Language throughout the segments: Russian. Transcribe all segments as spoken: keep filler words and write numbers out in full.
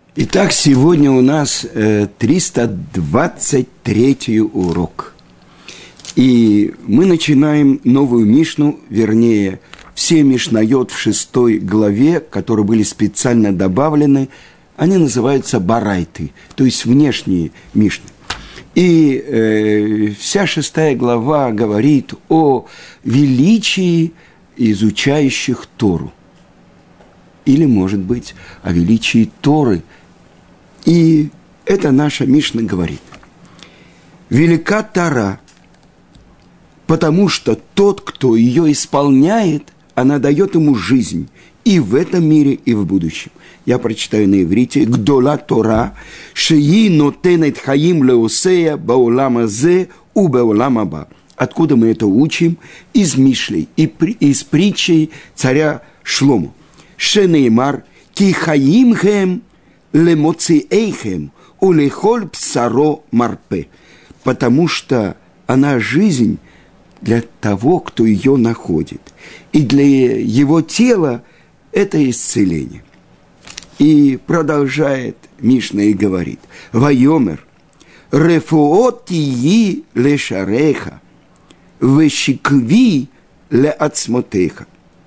Итак, сегодня у нас э, триста двадцать третий урок. И мы начинаем новую Мишну, вернее, все Мишнайот в шестой главе, которые были специально добавлены, они называются барайты, то есть внешние Мишны. И э, вся шестая глава говорит о величии изучающих Тору. Или, может быть, о величии Торы. И это наша Мишна говорит. Велика Тора, потому что тот, кто ее исполняет, она дает ему жизнь и в этом мире, и в будущем. Я прочитаю на иврите. Гдола Тора, шеи нотенет хаим леосея баолам азе у баолам аба. Откуда мы это учим? Из Мишлей, из притчей царя Шлому. Шенеймар, ки хаим хем лемоциэйхем улехоль псаро марпе. Потому что она жизнь для того, кто ее находит. И для его тела это исцеление. И продолжает Мишна и говорит: «Вайомер, рефуот тии лешареха, вешикви леацмотеха».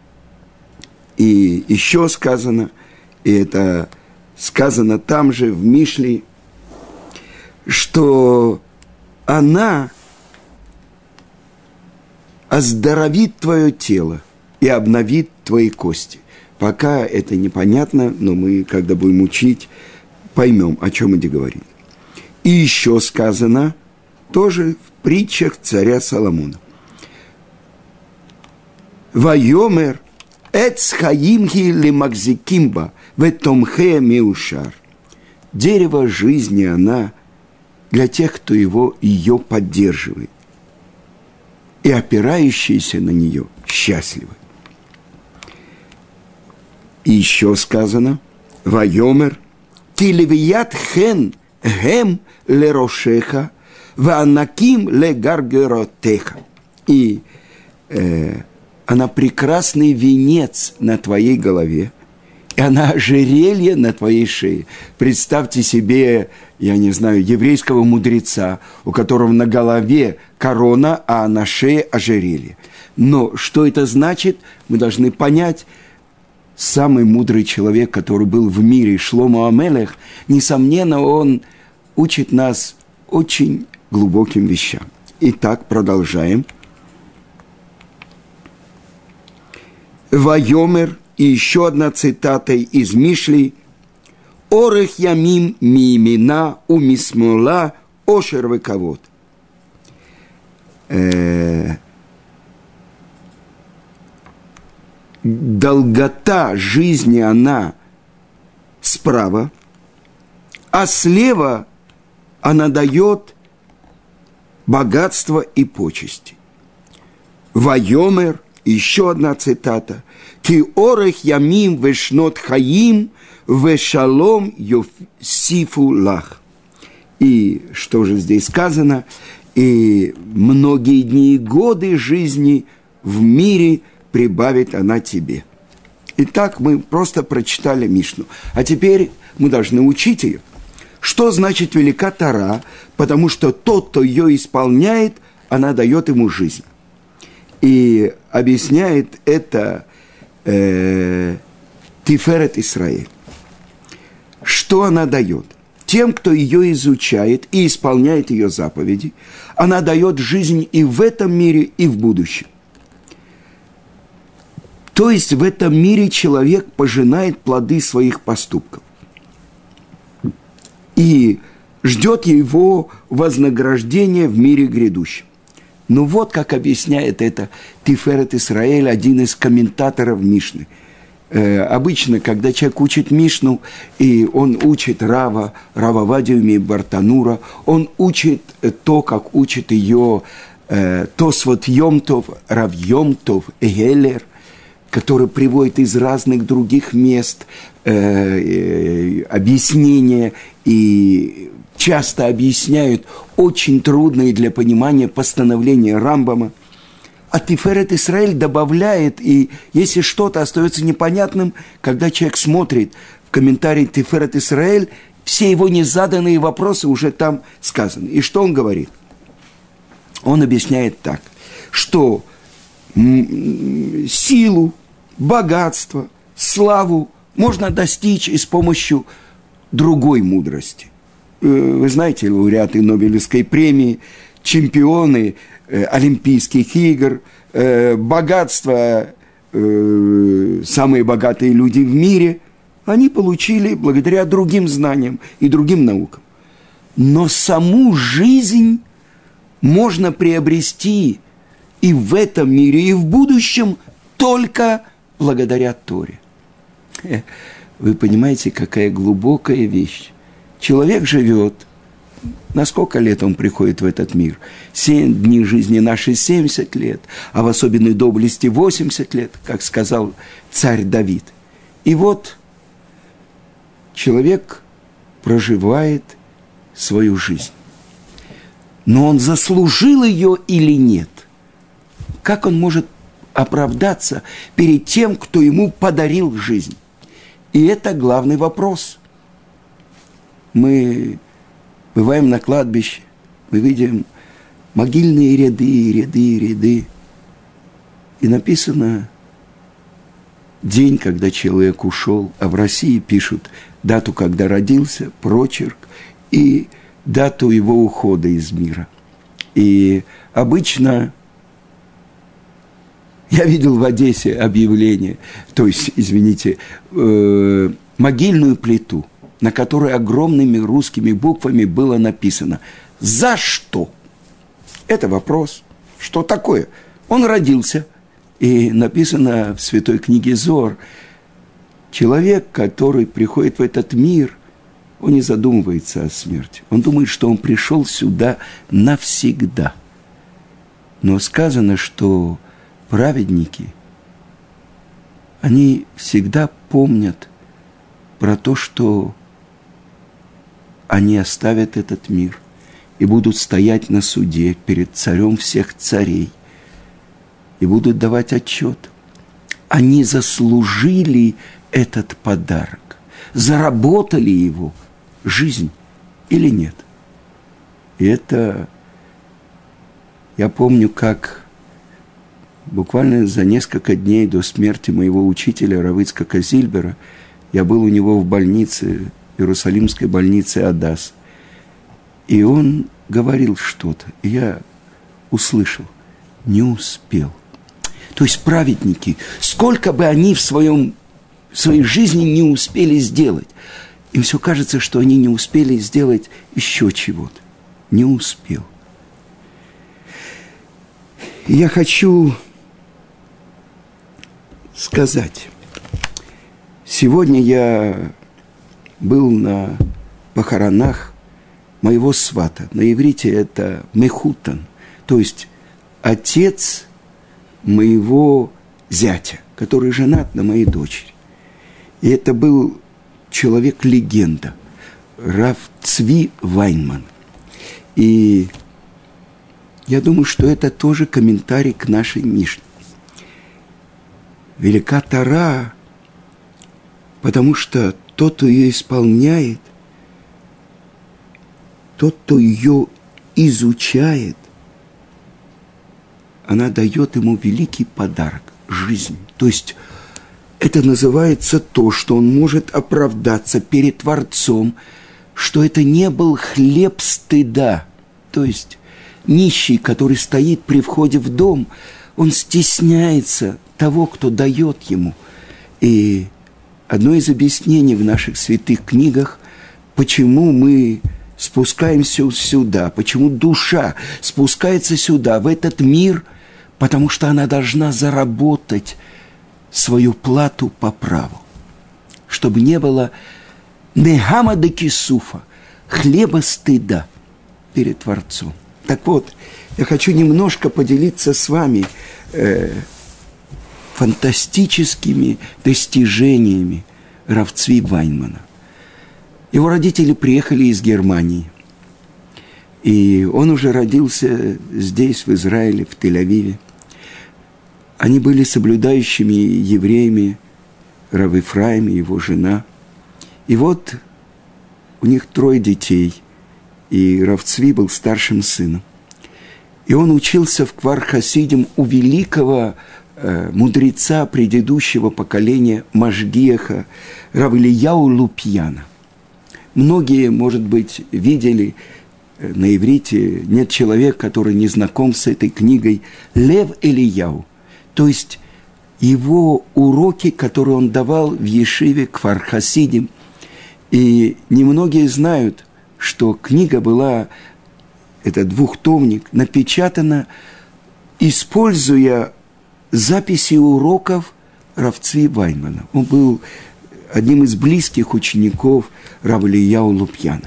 И еще сказано, и это сказано там же в Мишле, что она оздоровит твое тело и обновит твои кости. Пока это непонятно, но мы, когда будем учить, поймем, о чем это говорит. И еще сказано, тоже в притчах царя Соломона. «Вайомер эц хаимхи лемакзикимба ветомхе меушар». Дерево жизни, она для тех, кто его, ее поддерживает. И опирающиеся на нее счастливы. И еще сказано, «Вайомер, тилевият хен гем лерошеха, ваанаким легаргеротеха». И э, она прекрасный венец на твоей голове, и она ожерелье на твоей шее. Представьте себе, я не знаю, еврейского мудреца, у которого на голове корона, а на шее ожерелье. Но что это значит, мы должны понять. Самый мудрый человек, который был в мире, Шломо ха-Мелех, несомненно, он учит нас очень глубоким вещам. Итак, продолжаем. «Вайомер», и еще одна цитата из Мишли: «Орех ямим миимина у мисмола ошер векавод». Долгота жизни, она справа, а слева она дает богатство и почести. Вайомер, еще одна цитата: «Ки орех ямим вешнот хаим вешалом йосифу лах». И что же здесь сказано? И многие дни и годы жизни в мире прибавит она тебе. Итак, мы просто прочитали Мишну. А теперь мы должны учить ее. Что значит велика Тора? Потому что тот, кто ее исполняет, она дает ему жизнь. И объясняет это э, Тиферет Исраэль. Что она дает? Тем, кто ее изучает и исполняет ее заповеди, она дает жизнь и в этом мире, и в будущем. То есть в этом мире человек пожинает плоды своих поступков и ждет его вознаграждения в мире грядущем. Ну вот как объясняет это Тиферет Исраэль, один из комментаторов Мишны. Э, обычно, когда человек учит Мишну, и он учит Рава, Рава Вадию Бартанура, он учит то, как учит ее э, Тосфот Йом Тов, Рав Йом Тов, Геллер, который приводит из разных других мест э, э, объяснения и часто объясняют очень трудные для понимания постановления Рамбама. А Тиферет Исраэль добавляет, и если что-то остается непонятным, когда человек смотрит комментарии Тиферет Исраэль, все его незаданные вопросы уже там сказаны. И что он говорит? Он объясняет так, что силу, богатство, славу можно достичь и с помощью другой мудрости. Вы знаете, лауреаты Нобелевской премии, чемпионы Олимпийских игр, богатство, самые богатые люди в мире, они получили благодаря другим знаниям и другим наукам. Но саму жизнь можно приобрести и в этом мире, и в будущем только благодаря Торе. Вы понимаете, какая глубокая вещь. Человек живет, на сколько лет он приходит в этот мир? Семь дней жизни нашей семьдесят лет, а в особенной доблести восемьдесят лет, как сказал царь Давид. И вот человек проживает свою жизнь. Но он заслужил ее или нет? Как он может оправдаться перед тем, кто ему подарил жизнь? И это главный вопрос. Мы бываем на кладбище, мы видим могильные ряды, ряды, ряды. И написано день, когда человек ушел, а в России пишут дату, когда родился, прочерк, и дату его ухода из мира. И обычно я видел в Одессе объявление, то есть, извините, э, могильную плиту, на которой огромными русскими буквами было написано «За что?». Это вопрос. Что такое? Он родился, и написано в Святой книге Зоар, человек, который приходит в этот мир, он не задумывается о смерти. Он думает, что он пришел сюда навсегда. Но сказано, что праведники, они всегда помнят про то, что они оставят этот мир и будут стоять на суде перед царем всех царей и будут давать отчет. Они заслужили этот подарок, заработали его, жизнь или нет. И это, я помню, как буквально за несколько дней до смерти моего учителя Рав Ицхака Зильбера я был у него в больнице, Иерусалимской больнице Адас. И он говорил что-то, и я услышал, не успел. То есть праведники, сколько бы они в своем, в своей жизни не успели сделать, им все кажется, что они не успели сделать еще чего-то. Не успел. И я хочу сказать, сегодня я был на похоронах моего свата. На иврите это мехутан, то есть отец моего зятя, который женат на моей дочери. И это был человек-легенда, Рав Цви Вайнман. И я думаю, что это тоже комментарий к нашей Мишне. Велика Тора, потому что тот, кто ее исполняет, тот, кто ее изучает, она дает ему великий подарок – жизнь. То есть это называется то, что он может оправдаться перед Творцом, что это не был хлеб стыда. То есть нищий, который стоит при входе в дом, он стесняется того, кто дает ему. И одно из объяснений в наших святых книгах, почему мы спускаемся сюда, почему душа спускается сюда, в этот мир, потому что она должна заработать свою плату по праву, чтобы не было нехама де кисуфа, хлеба стыда перед Творцом. Так вот, я хочу немножко поделиться с вами э, фантастическими достижениями Рав Цви Вайнмана. Его родители приехали из Германии, и он уже родился здесь, в Израиле, в Тель-Авиве. Они были соблюдающими евреями, Рав Ифраим и его жена. И вот у них трое детей, и Рав Цви был старшим сыном. И он учился в Кфар-Хасидим у великого э, мудреца предыдущего поколения Машгиаха Рав Элияу Лупьяна. Многие, может быть, видели, э, на иврите нет человека, который не знаком с этой книгой, Лев Элияу, то есть его уроки, которые он давал в Ешиве Кфар-Хасидим. И немногие знают, что книга была, это двухтомник, напечатана, используя записи уроков Рав Цви Вайнмана. Он был одним из близких учеников Рава Элияу Лупьяна.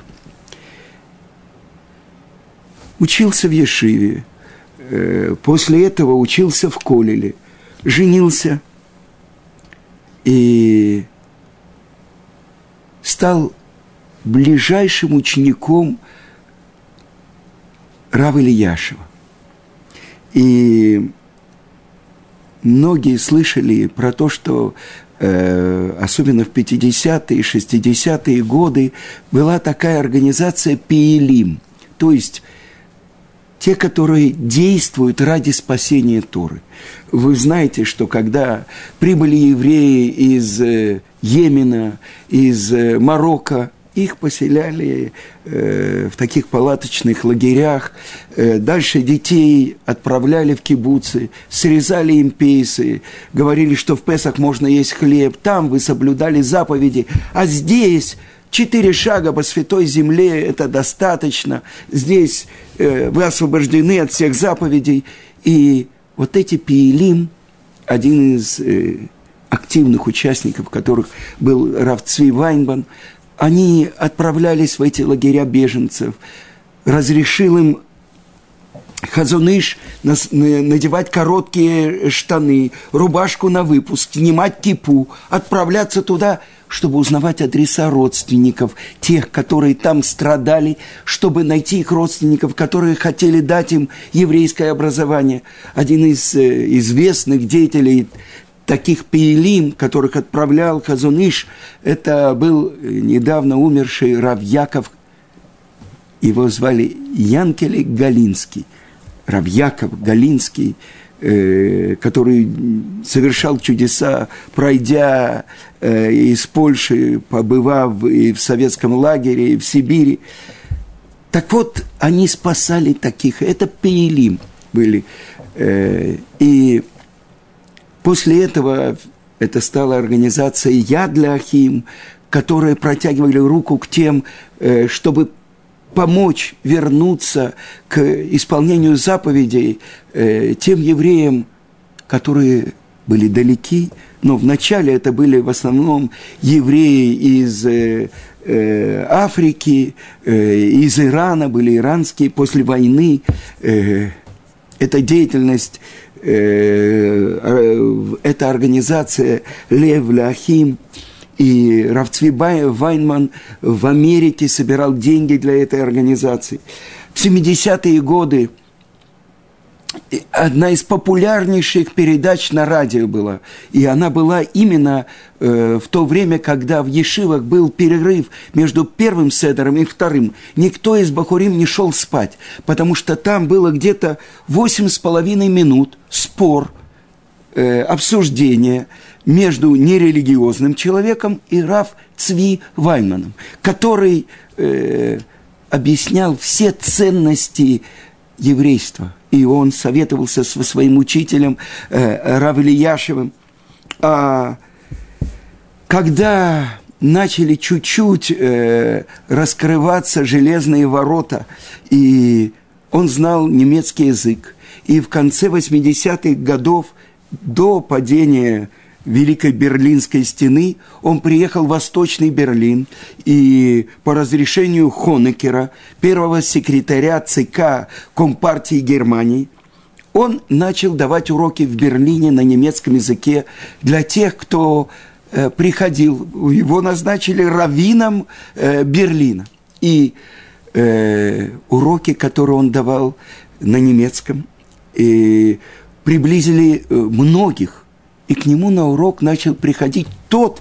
Учился в Ешиве, после этого учился в Колеле, женился и стал ближайшим учеником Рава Ильяшева. И многие слышали про то, что э, особенно в пятидесятые и шестидесятые годы была такая организация Пиилим, то есть те, которые действуют ради спасения Торы. Вы знаете, что когда прибыли евреи из э, Йемена, из э, Марокко, их поселяли э, в таких палаточных лагерях, э, дальше детей отправляли в кибуцы, срезали им пейсы, говорили, что в Песах можно есть хлеб, там вы соблюдали заповеди, а здесь четыре шага по святой земле, это достаточно, здесь э, вы освобождены от всех заповедей. И вот эти Пиилим, один из э, активных участников, которых был Рав Цви Вайнман, они отправлялись в эти лагеря беженцев, разрешил им Хазон Иш надевать короткие штаны, рубашку на выпуск, снимать кипу, отправляться туда, чтобы узнавать адреса родственников, тех, которые там страдали, чтобы найти их родственников, которые хотели дать им еврейское образование. Один из э, известных деятелей таких Пиилим, которых отправлял Хазон Иш, это был недавно умерший Рав Яков, его звали Янкеле Галинский. Рав Яков Галинский, э, который совершал чудеса, пройдя э, из Польши, побывав и в советском лагере, и в Сибири. Так вот, они спасали таких. Это Пиилим были. Э, и после этого это стала организация Яд Леахим, которые протягивали руку к тем, э, чтобы помочь вернуться к исполнению заповедей э, тем евреям, которые были далеки, но вначале это были в основном евреи из э, э, Африки, э, из Ирана, были иранские, после войны. Э, эта деятельность, э, э, эта организация Лев Леахим, и Рав Цви Вайнман в Америке собирал деньги для этой организации. В семидесятые годы одна из популярнейших передач на радио была. И она была именно э, в то время, когда в ешивах был перерыв между первым седером и вторым. Никто из бахурим не шел спать, потому что там было где-то восемь с половиной минут спор, э, обсуждение между нерелигиозным человеком и Рав Цви Вайнманом, который э, объяснял все ценности еврейства. И он советовался со своим учителем э, Рав Ильяшевым. А когда начали чуть-чуть э, раскрываться железные ворота, и он знал немецкий язык, и в конце восьмидесятых годов, до падения Великой Берлинской стены, он приехал в Восточный Берлин, и по разрешению Хонекера, первого секретаря ЦК Компартии Германии, он начал давать уроки в Берлине на немецком языке для тех, кто э, приходил. Его назначили раввином э, Берлина. И э, уроки, которые он давал на немецком, э, приблизили э, многих. И к нему на урок начал приходить тот,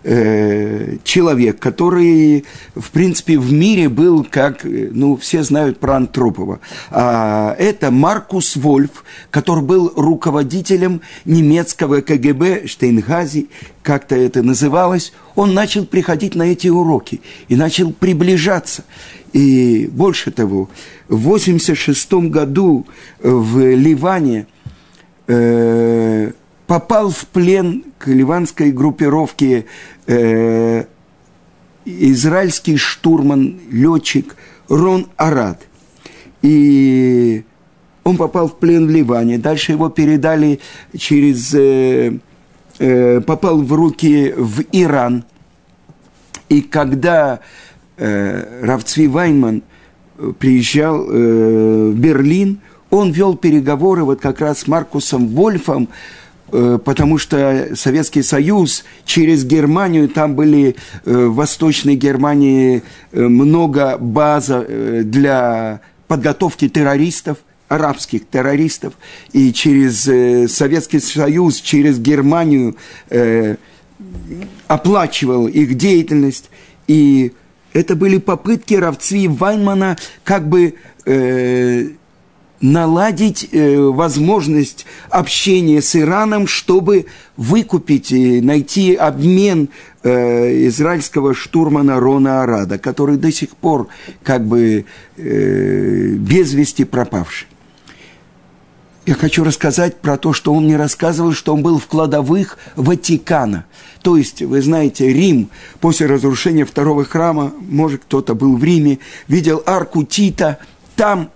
э, человек, который, в принципе, в мире был, как, ну, все знают про Антропова. А это Маркус Вольф, который был руководителем немецкого ка гэ бэ, Штейнгази, как-то это называлось. Он начал приходить на эти уроки и начал приближаться. И больше того, в восемьдесят шестом году в Ливане э, попал в плен к ливанской группировке э, израильский штурман, летчик Рон Арад. И он попал в плен в Ливане. Дальше его передали через... Э, э, попал в руки в Иран. И когда э, Рав Цви Вайнман приезжал э, в Берлин, он вел переговоры вот как раз с Маркусом Вольфом, э, потому что Советский Союз через Германию, там были э, в Восточной Германии э, много баз э, для подготовки террористов, арабских террористов, и через э, Советский Союз, через Германию э, оплачивал их деятельность, и это были попытки Рав Цви Вайнмана как бы э, наладить э, возможность общения с Ираном, чтобы выкупить и найти обмен э, израильского штурмана Рона Арада, который до сих пор как бы э, без вести пропавший. Я хочу рассказать про то, что он мне рассказывал, что он был в кладовых Ватикана. То есть, вы знаете, Рим, после разрушения второго храма, может, кто-то был в Риме, видел арку Тита, там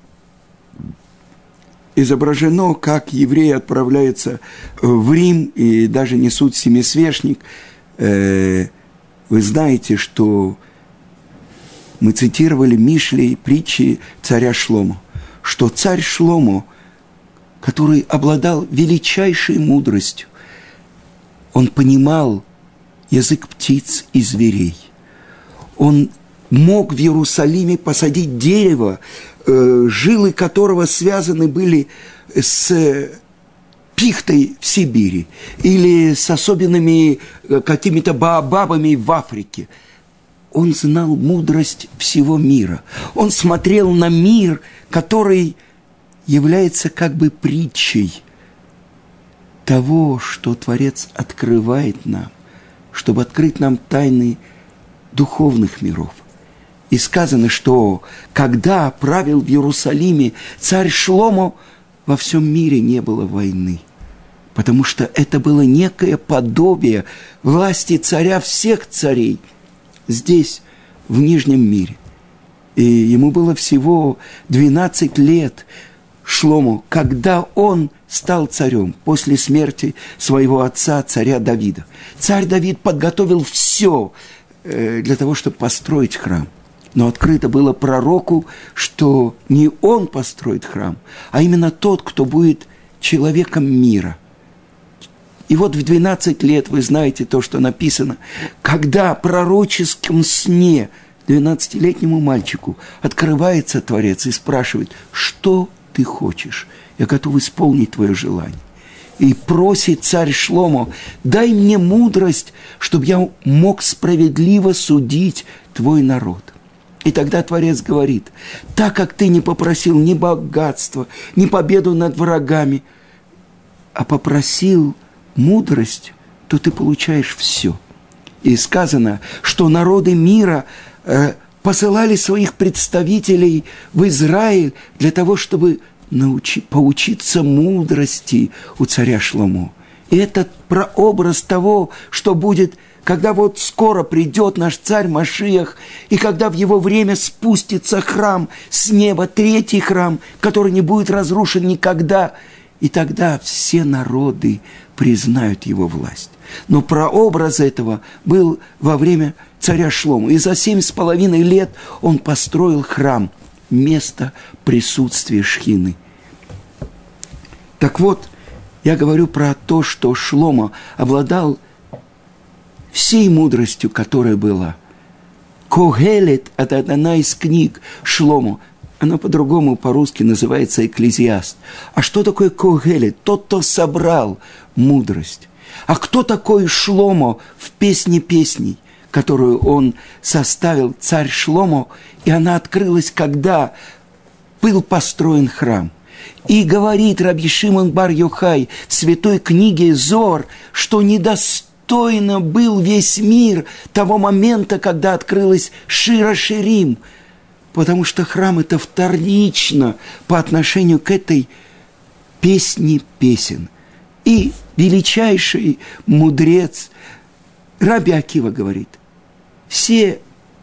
изображено, как евреи отправляются в Рим и даже несут семисвешник. Вы знаете, что мы цитировали Мишли, притчи царя Шломо, что царь Шломо, который обладал величайшей мудростью, он понимал язык птиц и зверей. Он мог в Иерусалиме посадить дерево, э, жилы которого связаны были с пихтой в Сибири или с особенными э, какими-то баобабами в Африке. Он знал мудрость всего мира. Он смотрел на мир, который является как бы притчей того, что Творец открывает нам, чтобы открыть нам тайны духовных миров. И сказано, что когда правил в Иерусалиме царь Шломо, во всем мире не было войны, потому что это было некое подобие власти царя всех царей здесь, в Нижнем мире. И ему было всего двенадцать лет, Шлому, когда он стал царем после смерти своего отца, царя Давида. Царь Давид подготовил все для того, чтобы построить храм. Но открыто было пророку, что не он построит храм, а именно тот, кто будет человеком мира. И вот в двенадцать лет, вы знаете то, что написано, когда в пророческом сне двенадцатилетнему мальчику открывается Творец и спрашивает, что ты хочешь, я готов исполнить твое желание. И просит царь Шломо, дай мне мудрость, чтобы я мог справедливо судить твой народ. И тогда Творец говорит, так как ты не попросил ни богатства, ни победу над врагами, а попросил мудрость, то ты получаешь все. И сказано, что народы мира э, посылали своих представителей в Израиль для того, чтобы научи, поучиться мудрости у царя Шломо. И это прообраз того, что будет, когда вот скоро придет наш царь Машиах, и когда в его время спустится храм с неба, третий храм, который не будет разрушен никогда, и тогда все народы признают его власть. Но прообраз этого был во время царя Шломо. И за семь с половиной лет он построил храм, место присутствия Шхины. Так вот, я говорю про то, что Шломо обладал всей мудростью, которая была. Когелет – это одна из книг Шломо. Она по-другому по-русски называется «Экклезиаст». А что такое Когелет? Тот, кто собрал мудрость. А кто такой Шломо в «Песне песней», которую он составил, царь Шломо, и она открылась, когда был построен храм. И говорит Раби Шимон бар Йохай в святой книге Зоар, что недостойно был весь мир того момента, когда открылась Шир ха-Ширим, потому что храм – это вторично по отношению к этой песне песен. И величайший мудрец Раби Акива говорит, все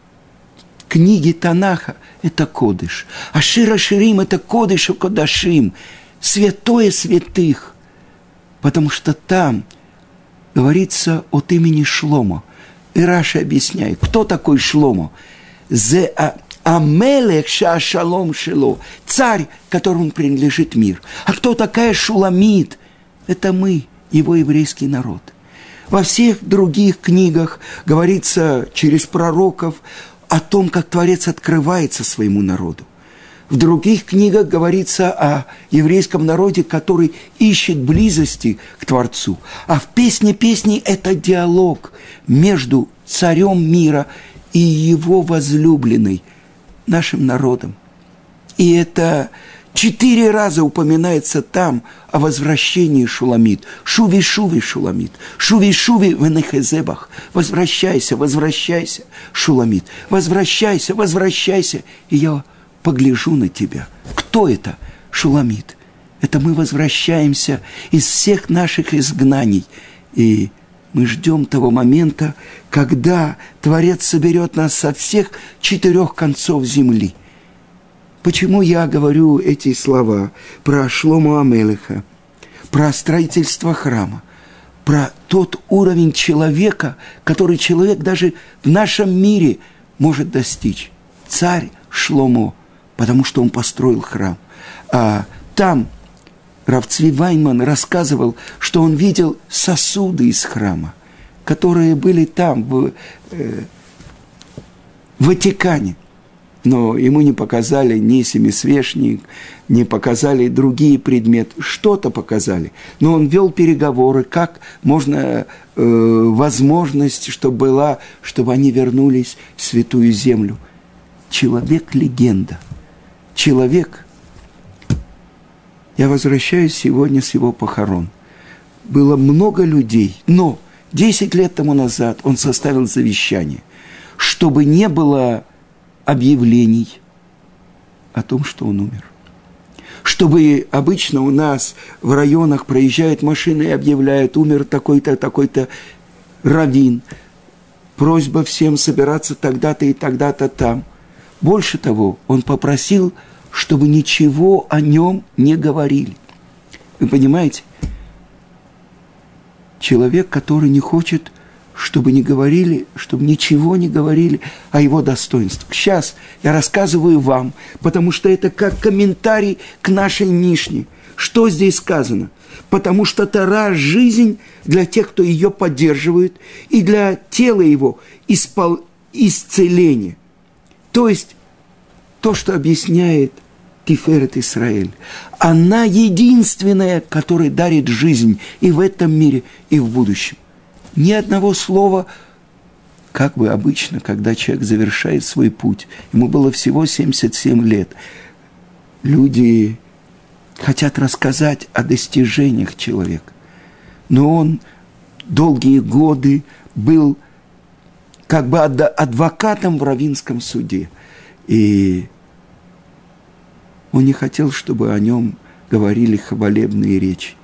книги Танаха – это кодыш, а Шир ха-Ширим – это кодыш и кодашим, святое святых, потому что там говорится от имени Шломо. И Раши объясняет, кто такой Шломо? Зе Амелех ша-шалом шело, царь, которому принадлежит мир. А кто такая Шуламит? Это мы, его еврейский народ. Во всех других книгах говорится через пророков о том, как Творец открывается своему народу. В других книгах говорится о еврейском народе, который ищет близости к Творцу. А в «Песне песней» это диалог между царем мира и его возлюбленной, нашим народом. И это четыре раза упоминается там о возвращении Шуламит. Шуви-шуви, Шуламит. Шуви-шуви в Энехезебах. Возвращайся, возвращайся, Шуламит. Возвращайся, возвращайся, и я погляжу на тебя. Кто это? Шуламит. Это мы возвращаемся из всех наших изгнаний. И мы ждем того момента, когда Творец соберет нас со всех четырех концов земли. Почему я говорю эти слова про Шломо Амелеха, про строительство храма, про тот уровень человека, который человек даже в нашем мире может достичь? Царь Шломо, потому что он построил храм. А там Рав Цви Вайнман рассказывал, что он видел сосуды из храма, которые были там, в э, Ватикане. Но ему не показали ни семисвешник, не показали другие предметы. Что-то показали. Но он вел переговоры, как можно, э, возможность, чтобы была, чтобы они вернулись в святую землю. Человек-легенда. Человек. Я возвращаюсь сегодня с его похорон. Было много людей, но десять лет тому назад он составил завещание, чтобы не было объявлений о том, что он умер. Чтобы обычно у нас в районах проезжают машины и объявляют, умер такой-то, такой-то раввин, просьба всем собираться тогда-то и тогда-то там. Больше того, он попросил, чтобы ничего о нем не говорили. Вы понимаете? Человек, который не хочет, чтобы не говорили, чтобы ничего не говорили о его достоинствах. Сейчас я рассказываю вам, потому что это как комментарий к нашей Мишне. Что здесь сказано? Потому что Тора – жизнь для тех, кто ее поддерживает, и для тела его испол... исцеление. То есть, то, что объясняет Тиферет Исраэль. Она единственная, которая дарит жизнь и в этом мире, и в будущем. Ни одного слова, как бы обычно, когда человек завершает свой путь. Ему было всего семьдесят семь лет. Люди хотят рассказать о достижениях человека. Но он долгие годы был как бы адвокатом в раввинском суде. И он не хотел, чтобы о нем говорили хвалебные речи.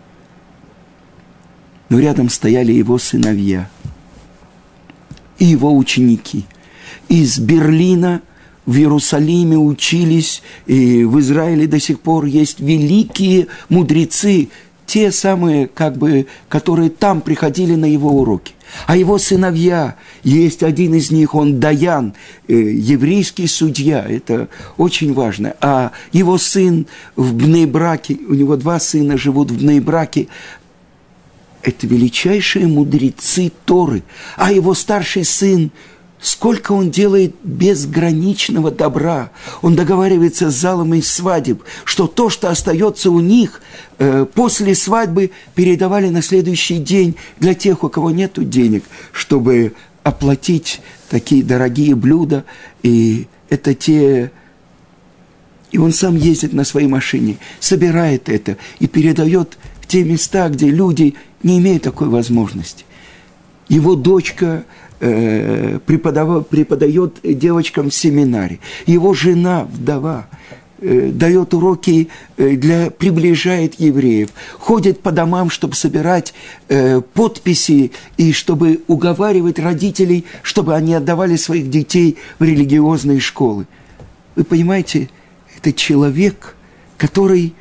Но рядом стояли его сыновья и его ученики. Из Берлина в Иерусалиме учились, и в Израиле до сих пор есть великие мудрецы, те самые, как бы, которые там приходили на его уроки. А его сыновья, есть один из них, он Даян, э, еврейский судья, это очень важно. А его сын в Бней-Браке, у него два сына живут в Бней-Браке, это величайшие мудрецы Торы. А его старший сын сколько он делает безграничного добра. Он договаривается с залами свадеб, что то, что остается у них, э, после свадьбы передавали на следующий день для тех, у кого нет денег, чтобы оплатить такие дорогие блюда. И это те... И он сам ездит на своей машине, собирает это и передает в те места, где люди не имеют такой возможности. Его дочка э, преподает девочкам в семинаре. Его жена, вдова, э, дает уроки, э, для, приближает евреев. Ходит по домам, чтобы собирать э, подписи и чтобы уговаривать родителей, чтобы они отдавали своих детей в религиозные школы. Вы понимаете, это человек, который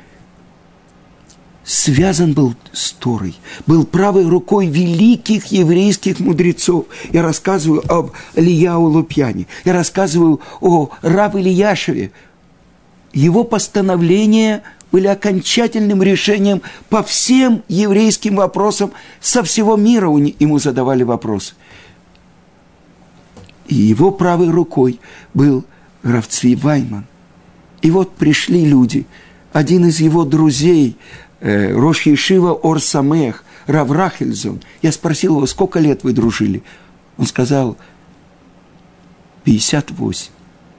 связан был с Торой, был правой рукой великих еврейских мудрецов. Я рассказываю об Элияу Лупьяне, я рассказываю о рав Ильяшеве. Его постановления были окончательным решением по всем еврейским вопросам. Со всего мира ему задавали вопросы. И его правой рукой был рав Цви Вайман. И вот пришли люди, один из его друзей, э, рош ешива Ор Самех, рав Рахельзон. Я спросил его, сколько лет вы дружили? Он сказал, пятьдесят восемь.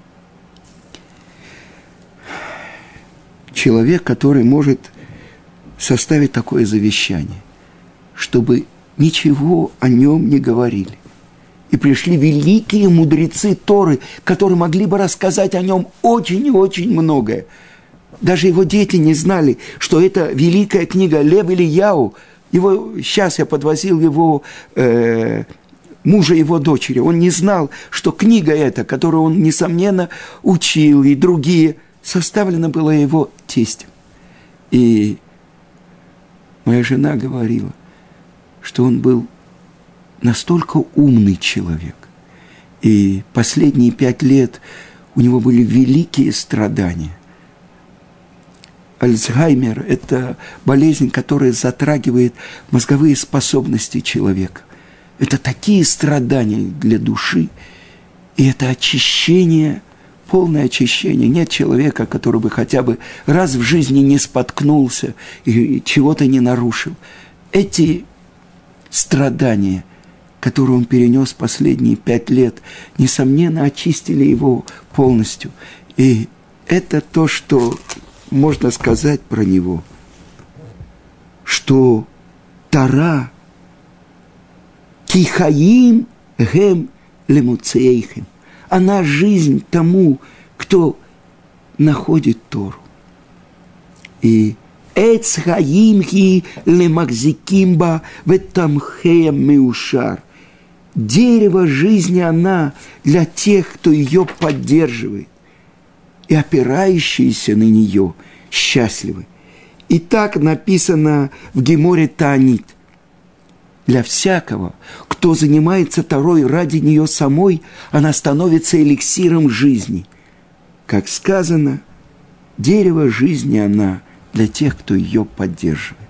Человек, который может составить такое завещание, чтобы ничего о нем не говорили. И пришли великие мудрецы Торы, которые могли бы рассказать о нем очень и очень многое. Даже его дети не знали, что это великая книга Лев Элияу. Его, сейчас я подвозил его, э, мужа его дочери. Он не знал, что книга эта, которую он, несомненно, учил, и другие, составлена была его тестем. И моя жена говорила, что он был настолько умный человек. И последние пять лет у него были великие страдания. Альцгеймер – это болезнь, которая затрагивает мозговые способности человека. Это такие страдания для души, и это очищение, полное очищение. Нет человека, который бы хотя бы раз в жизни не споткнулся и чего-то не нарушил. Эти страдания, которую он перенес последние пять лет, несомненно, очистили его полностью. И это то, что можно сказать про него, что Тора кихаим гем лемуцейхем, она жизнь тому, кто находит Тору. И Эц хаим ги лемахзикимба ветамхея меушар. Дерево жизни, она для тех, кто ее поддерживает, и опирающиеся на нее счастливы. И так написано в Геморе Таанит. Для всякого, кто занимается Торой ради нее самой, она становится эликсиром жизни. Как сказано, дерево жизни она для тех, кто ее поддерживает.